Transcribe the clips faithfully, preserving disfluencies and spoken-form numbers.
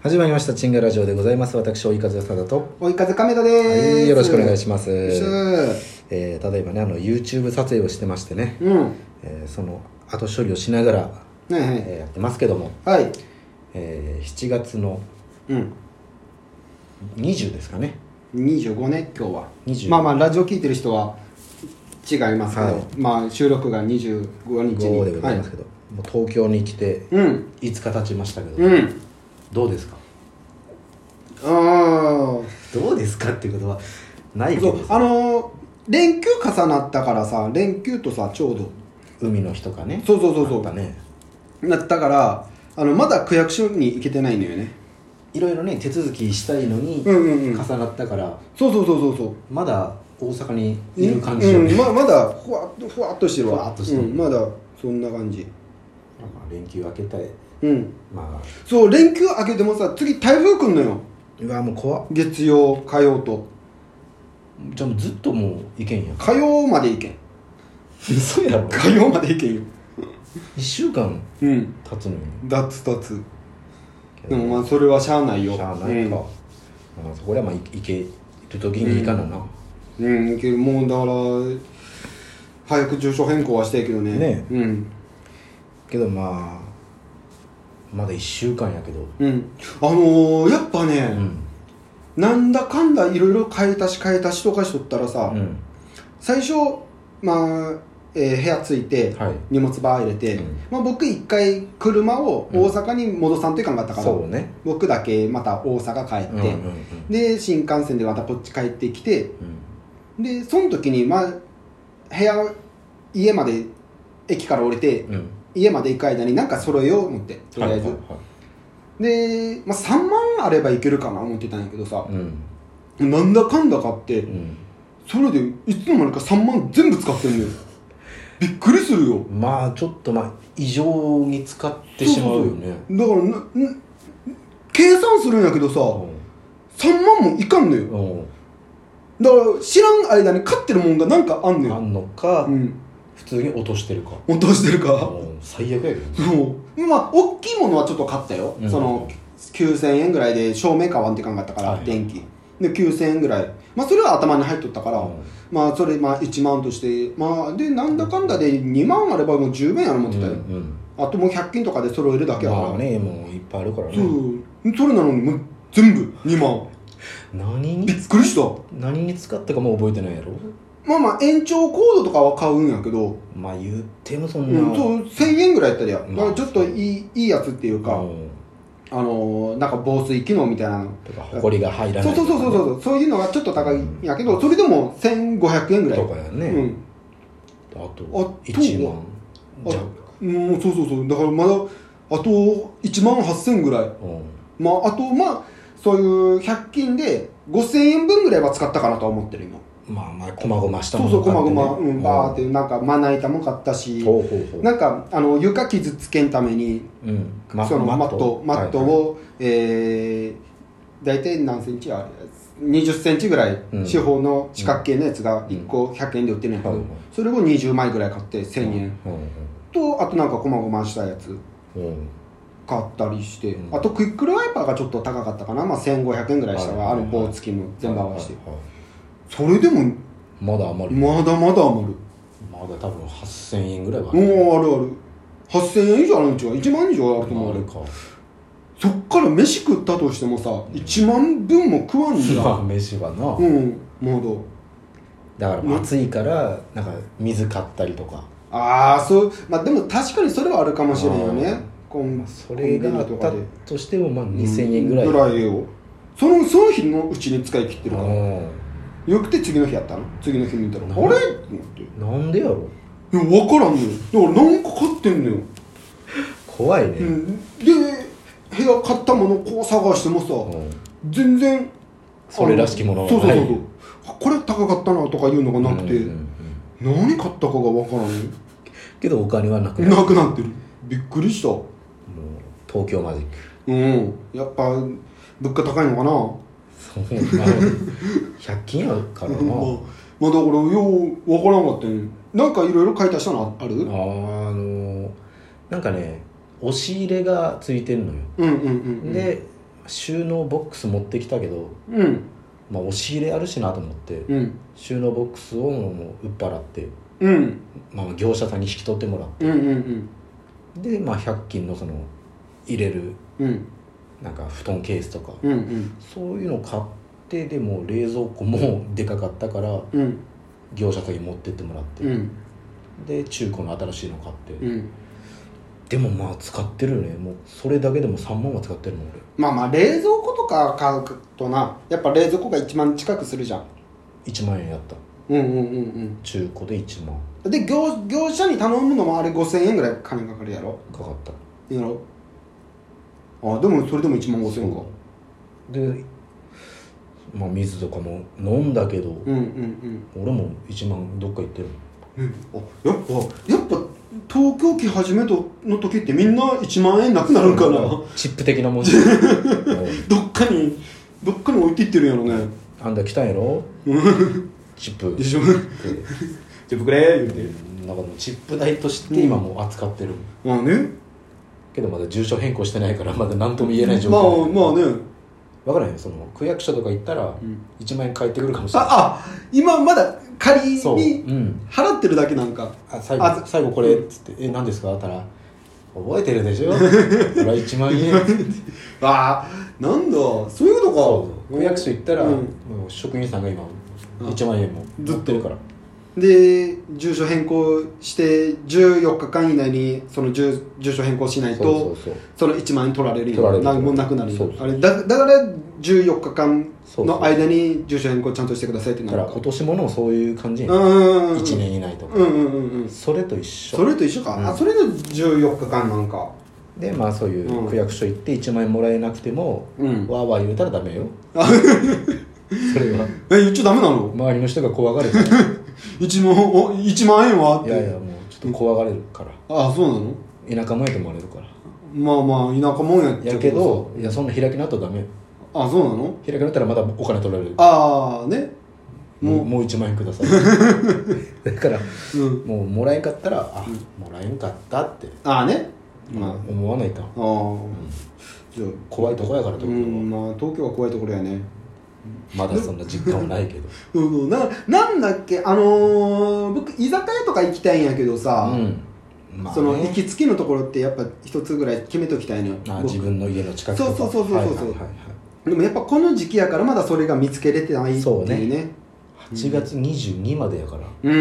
始まりましたチンガラジオでございます。私追い風さだと追い風亀田です、 はい、よろしくお願いします。 すえー、例えばねあの YouTube 撮影をしてましてね、 うんえー、その後処理をしながら、 はいはいえー、やってますけども、 はいえー、しちがつのうんにじゅうですかね。 にじゅうごね今日はにじゅうまあまあラジオ聞いてる人は違いますけど、 はい、 まあ収録がにじゅうごにちにごでございますけど、はい、もう東京に来ていつか経ちましたけど、 うん、 どうですか？ ああどうですかっていうことはないけど、 あのー、連休重なったからさ、連休とさちょうど海の日とかね、 そうそうそうそうだね、 なったからあのまだ区役所に行けてないのよね。 いろいろね手続きしたいのにうんうんうん重なったから、 そうそうそうそうそうまだ大阪にいる感じよね、 うん、ま, まだふわっとふわっとしてるわ。 ふわっとしてる、 うん、まだそんな感じ。 まあ、連休明けたい、 うんまあそう連休明けてもさ次台風来んのよ。 うわもう怖っ。 月曜火曜とじゃあもうずっともう行けんやん。 火曜まで行けん。 嘘やろ。 火曜まで行けんよ。 いっしゅうかんうん経つのよ、 だつだつでもまあそれはしゃあないよ。 しゃあないか、うん、まあ、そこではまあ行ける時に行かなな。 うん、うん、けどもうだから早く住所変更はしたいけどね。 ねえうんけどまあまだいっしゅうかんやけど、 うんあのー、やっぱね、 うん、 なんだかんだいろいろ買い足し買い足しとかしとったらさ、 うん、 最初まあ、えー、部屋着いて、はい、荷物バー入れて、うん、まあ、僕一回車を大阪に戻さんといかんかったから、 うんね、 僕だけまた大阪帰って、うんうんうん、で新幹線でまたこっち帰ってきて、うん、でその時にまあ部屋家まで駅から降りて、うん、家まで行く間に何か揃えよう思ってとりあえず、はいはいはい、で、まあ、さんまんあればいけるかな思ってたんやけどさ、うん、なんだかんだ買って、うん、それでいつの間にかさんまん全部使ってんのよ。びっくりするよ。 まあちょっとまあ異常に使ってしまうよね。 そうそうだからな計算するんやけどさ、うん、さんまんもいかんのよ、うん、だから知らん間に買ってるもんがなんかあんのよ。 あんのか、うん、普通に落としてるか落としてるか、 うん、最悪やけどね。 そうまあ大きいものはちょっと買ったよ、うん、そのきゅうせんえんぐらいで照明買わんってかんかったから、はい、電気できゅうせんえんぐらい、まあそれは頭に入っとったから、うん、まあそれまあいちまんとしてまあでなんだかんだでにまんあればもう十分やろ思ってたよ、うんうん、あともうひゃく均とかで揃えるだけやから、 まあねもういっぱいあるからね。 そうそれなのにもう全部にまん何にびっくりした。 何に使ったかも覚えてないやろ。 まあまあ延長コードとかは買うんやけど、 まあ言ってもそんな、 うん、そうせんえんぐらいやったりや、まあ、ちょっといいいいやつっていうか、うん、あのー、なんか防水機能みたいなのとかホコリが入らないとか、ね、そうそうそうそうそういうのがちょっと高いんやけど、うん、それでもせんごひゃくえんぐらいとかやね、うん、あといちまんじゃもうそうそうそうだからまだあといちまんはっせんぐらい、うん、まああとまあそういうひゃく均でごせんえんぶんぐらいは使ったかなとは思ってる今。 まあまあこまごましたもの買って、ね、そうそうこまごま、うん、バーってなんかまな板も買ったし、ほうほうほうなんかあの床傷つけんために、うんま、そのマットマットを、はいはい、えー、大体何センチあれにじゅっセンチぐらい、うん、四方の四角形のやつがいっこひゃくえんで売ってるんやけど、うん、それをにじゅうまいぐらい買ってせんえん、うんうん、とあとなんかこまごましたやつ、うん買ったりして、うん、あとクイックルワイパーがちょっと高かったかな、まあ、せんごひゃくえんぐらいしたら、はいはいはい、ある棒付きの全部合わせて、はいはいはい、それでもまだ余るまだまだ余るまだ多分はっせんえんぐらいはあるもうあるあるはっせんえん以上あるんちゃういちまん以上あると思う。あるか。そっから飯食ったとしてもさ、うん、いちまんぶんも食わんじゃん。 まあ飯はなうんまだだから暑いからなんか水買ったりとか、 ああそうまあでも確かにそれはあるかもしれんよね。 まあ、それがあったとしてもまあにせんえんぐらい、 うん、ぐらいよ。そのその日のうちに使い切ってるから。よくて次の日やったの次の日見たらあれって思ってなんでやろいや分からんのよ。だから何か買ってんのよ。 怖いね、 うん、で部屋買ったものこう探してもさ、うん、全然それらしきものがない。そうそうそうそうこれ高かったなとかいうのがなくて、うんうんうん、何買ったかが分からんけどお金はなくなくなってる。びっくりした。もう東京マジックうんやっぱ物価高いのかな。 そうまあひゃく均あるからな、まあ、 まあだからよう分からんかったね。なんかいろいろ買い足したのある？ ああのなんかね押し入れがついてるのよ、 うんうんうんうん、 で収納ボックス持ってきたけど、 うん、 まあ押し入れあるしなと思って、 うん、 収納ボックスをもう売っ払って、 うん、 まあ、業者さんに引き取ってもらって、 うんうんうん、で、まあ、ひゃく均のその入れる、 うん、 なんか布団ケースとか、 うんうん、 そういうの買って、でも冷蔵庫もでかかったから、うん、業者さんに持ってってもらって、うん、で中古の新しいの買って、うん、でもまあ使ってるよね。もうそれだけでもさんまんは使ってるもん俺。 まあまあ冷蔵庫とか買うとな、やっぱ冷蔵庫がいちまん近くするじゃん。 いちまんえんやった。 うんうんうんうん。 中古でいちまんで 業, 業者に頼むのもあれごせんえんぐらい金かかるやろ。 かかった。 やろ。あ、でもそれでもいちまんごせんえんか。 でまあ水とかも飲んだけど、うんうんうん、俺もいちまんどっか行ってる。 うん、あ、やっぱやっぱ東京来始めとの時ってみんないちまんえんなくなるんかな。 チップ的なもんどっかにどっかに置いていってるんやろね。 あんた来たんやろチップでしょチップくれー言うて、 なんかもうチップ代として今もう扱ってる、 うん、まあね。 けどまだ住所変更してないからまだ何とも言えない状況。 まあまあね、 分からへんよ。その区役所とか行ったらいちまんえん返ってくるかもしれない。 ああ、今まだ仮に払ってるだけなんか、 うん、あ最後あ最後これっつって「え何ですか?」って言ったら「覚えてるでしょほらいちまんえん」 ああ、なんだそういうことか。区役所行ったら、うん、もう職員さんが今いちまんえんもずっとるから。 で住所変更してじゅうよっかかん以内にその 住, 住所変更しないと、そうそうそう、そのいちまんえん取られるよ。取られるもうなくなるよ。そうそう、あれ だ, だからじゅうよっかかんの間に住所変更ちゃんとしてくださいってなる。 だから今年ものもそういう感じや、うん、いちねん以内とか、うんうんうん、それと一緒。 それと一緒か、うん、あ、それのじゅうよっかかんなんかで、まあそういう区役所行っていちまんえんもらえなくても、うん、わーわー言うたらダメよそれはえ、言っちゃダメなの？ 周りの人が怖がるからいちまんえんはって。 いやいや、もうちょっと怖がれるから。 ああ、そうなの？ 田舎もんやと思われるから。 まあまあ田舎もんやっやけど、いやそんな開きなったらダメ。 ああ、そうなの？ 開きなったらまだお金取られる。 ああね、 もうもういちまんえんくださいだから、うん、もうもらえんかったら、あ、うん、もらえんかったってああね、 まあ、思わないと。ああ、うん、じゃあ怖いとこやから東京は、うん、 まあ東京は怖いところやね。 まだそんな実感はないけどうん、な, なんだっけ、あのー、僕居酒屋とか行きたいんやけどさ、うんまあね、その行きつけのところってやっぱ一つぐらい決めときたいのよ。 あ、自分の家の近くとか。 そうそうそうそうそう、はいはいはいはい、でもやっぱこの時期やからまだそれが見つけれてないっていうね。そうね、 はちがつにじゅうにまでやから、 うん、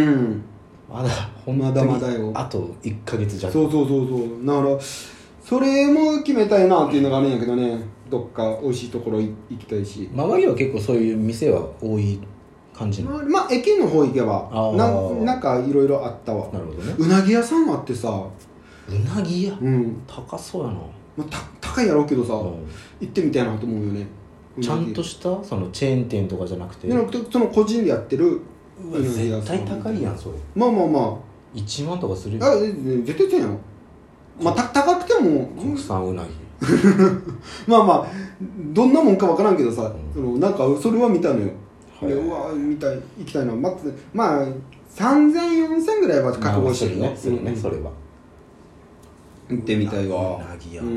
まだ本当にまだまだよ、あといっかげつじゃ。 そうそうそうそう、だからそれも決めたいなっていうのがあるんやけどね。どっか美味しいところ行きたいし。 周りは結構そういう店は多い感じの。 まあ駅の方行けば な, なんかいろいろあったわ。 なるほどね。 うなぎ屋さんあってさ。 うなぎ屋、 うん、 高そうやな。 まあ、た高いやろうけどさ、うん、行ってみたいなと思うよね。 ちゃんとしたそのチェーン店とかじゃなくて、 じゃなくてその個人でやってるうなぎ屋さん。絶対高いやんそれ。 まあまあまあいちまんとかするよ。 あ、絶対そうやん。まあた高くても国産うなぎまあまあどんなもんかわからんけどさ、うん、そのなんかそれは見たのよ、はい、うわ見たい行きたいな。まあ、まあさんぜんよんせんぐらいは覚悟してるね。 するね、それは行ってみたいわ。 うなぎやな、うん、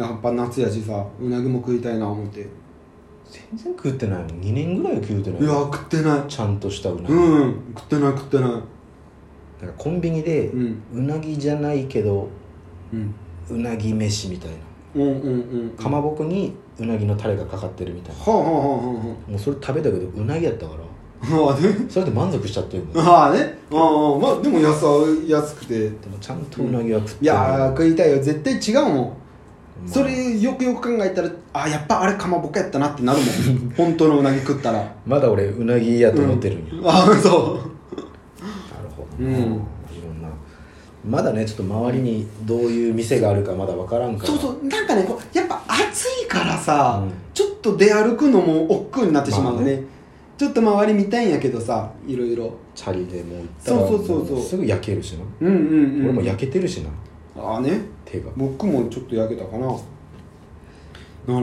やっぱ夏やしさ、うなぎも食いたいな思って。 全然食ってないもん。にねんぐらい食うてない。 いや食ってない。 ちゃんとしたうなぎ、 うん、食ってない食ってない。 なんかコンビニで、うん、うなぎじゃないけど、うん、うなぎ飯みたいな、うんうんうん、かまぼこにうなぎのタレがかかってるみたいな、はあはあはあ、もうそれ食べたけどうなぎやったからああ、ね、それで満足しちゃってるんだよ。 ああね、ああ、まあでも安安くて、 でもちゃんとうなぎは食ってる、 うん、いや食いたいよ。絶対違うもん、まあ、それよくよく考えたら、あやっぱあれかまぼこやったなってなるもん本当のうなぎ食ったら。 まだ俺うなぎやと思ってるんや、 うん、ああそうなるほど、ね、うん、まだねちょっと周りにどういう店があるかまだ分からんから。 そうそう、なんかねこうやっぱ暑いからさ、うん、ちょっと出歩くのも億劫になってしまうね、まあね、ちょっと周り見たいんやけどさ、いろいろチャリでもう行ったらそうそうそうそうすぐ焼けるしな。 うんうんうん、 俺も焼けてるしな。 ああね、 手が。 僕もちょっと焼けたかな。だから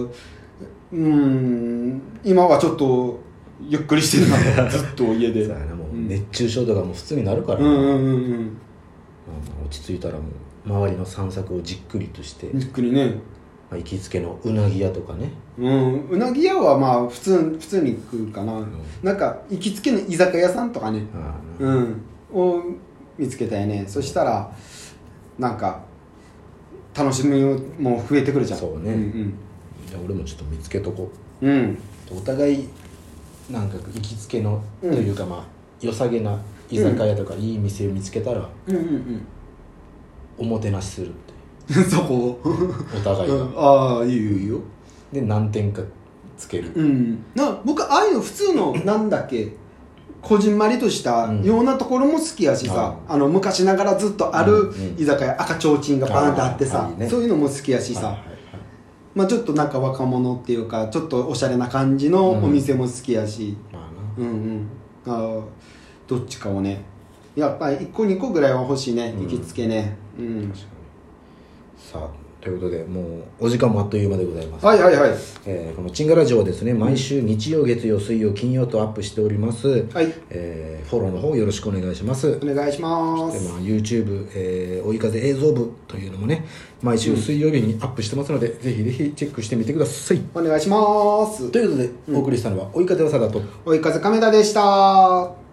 うん今はちょっとゆっくりしてるなずっと家で。 そうやな、もう熱中症とかも普通になるからな、 うんうんうんうん、 落ち着いたらもう周りの散策をじっくりとしてじっくりね。 まあ、行きつけのうなぎ屋とかね。 うん、うなぎ屋はまあ普通普通に食うかな、うん、なんか行きつけの居酒屋さんとかね、うん、を見つけたよね。そしたらなんか楽しみも増えてくるじゃん。 そうね、うんうん、じゃあ俺もちょっと見つけとこう。 うん、 お互いなんか行きつけの、うん、というかまあ良さげな居酒屋とかいい店を見つけたら、うんうんうん、おもてなしするってそこお互いが、うん、 ああいいよいいよで何点かつける、 うん、な僕ああいうの普通のなんだっけこじんまりとしたようなところも好きやしさ、うん、あの昔ながらずっとある居酒屋、うんうん、赤ちょうちんがバーンってあってさ、ね、そういうのも好きやしさ、はいはいはい、まあ、ちょっとなんか若者っていうかちょっとおしゃれな感じのお店も好きやし、うん、うんうんあどっちかをねやっぱりいっこにこぐらいは欲しいね、行きつけね、うん、確かに。 さあということでもうお時間もあっという間でございます。 はいはいはい、 えー、このチンガラジオはですね毎週日曜月曜水曜金曜とアップしております、はい、えー、フォローの方よろしくお願いします。 お願いします。 そして、まあ、YouTube、えー、追い風映像部というのもね毎週水曜日にアップしてますので、うん、ぜひぜひチェックしてみてください。 お願いします。 ということで、うん、お送りしたのは追い風長田と追い風亀田でした。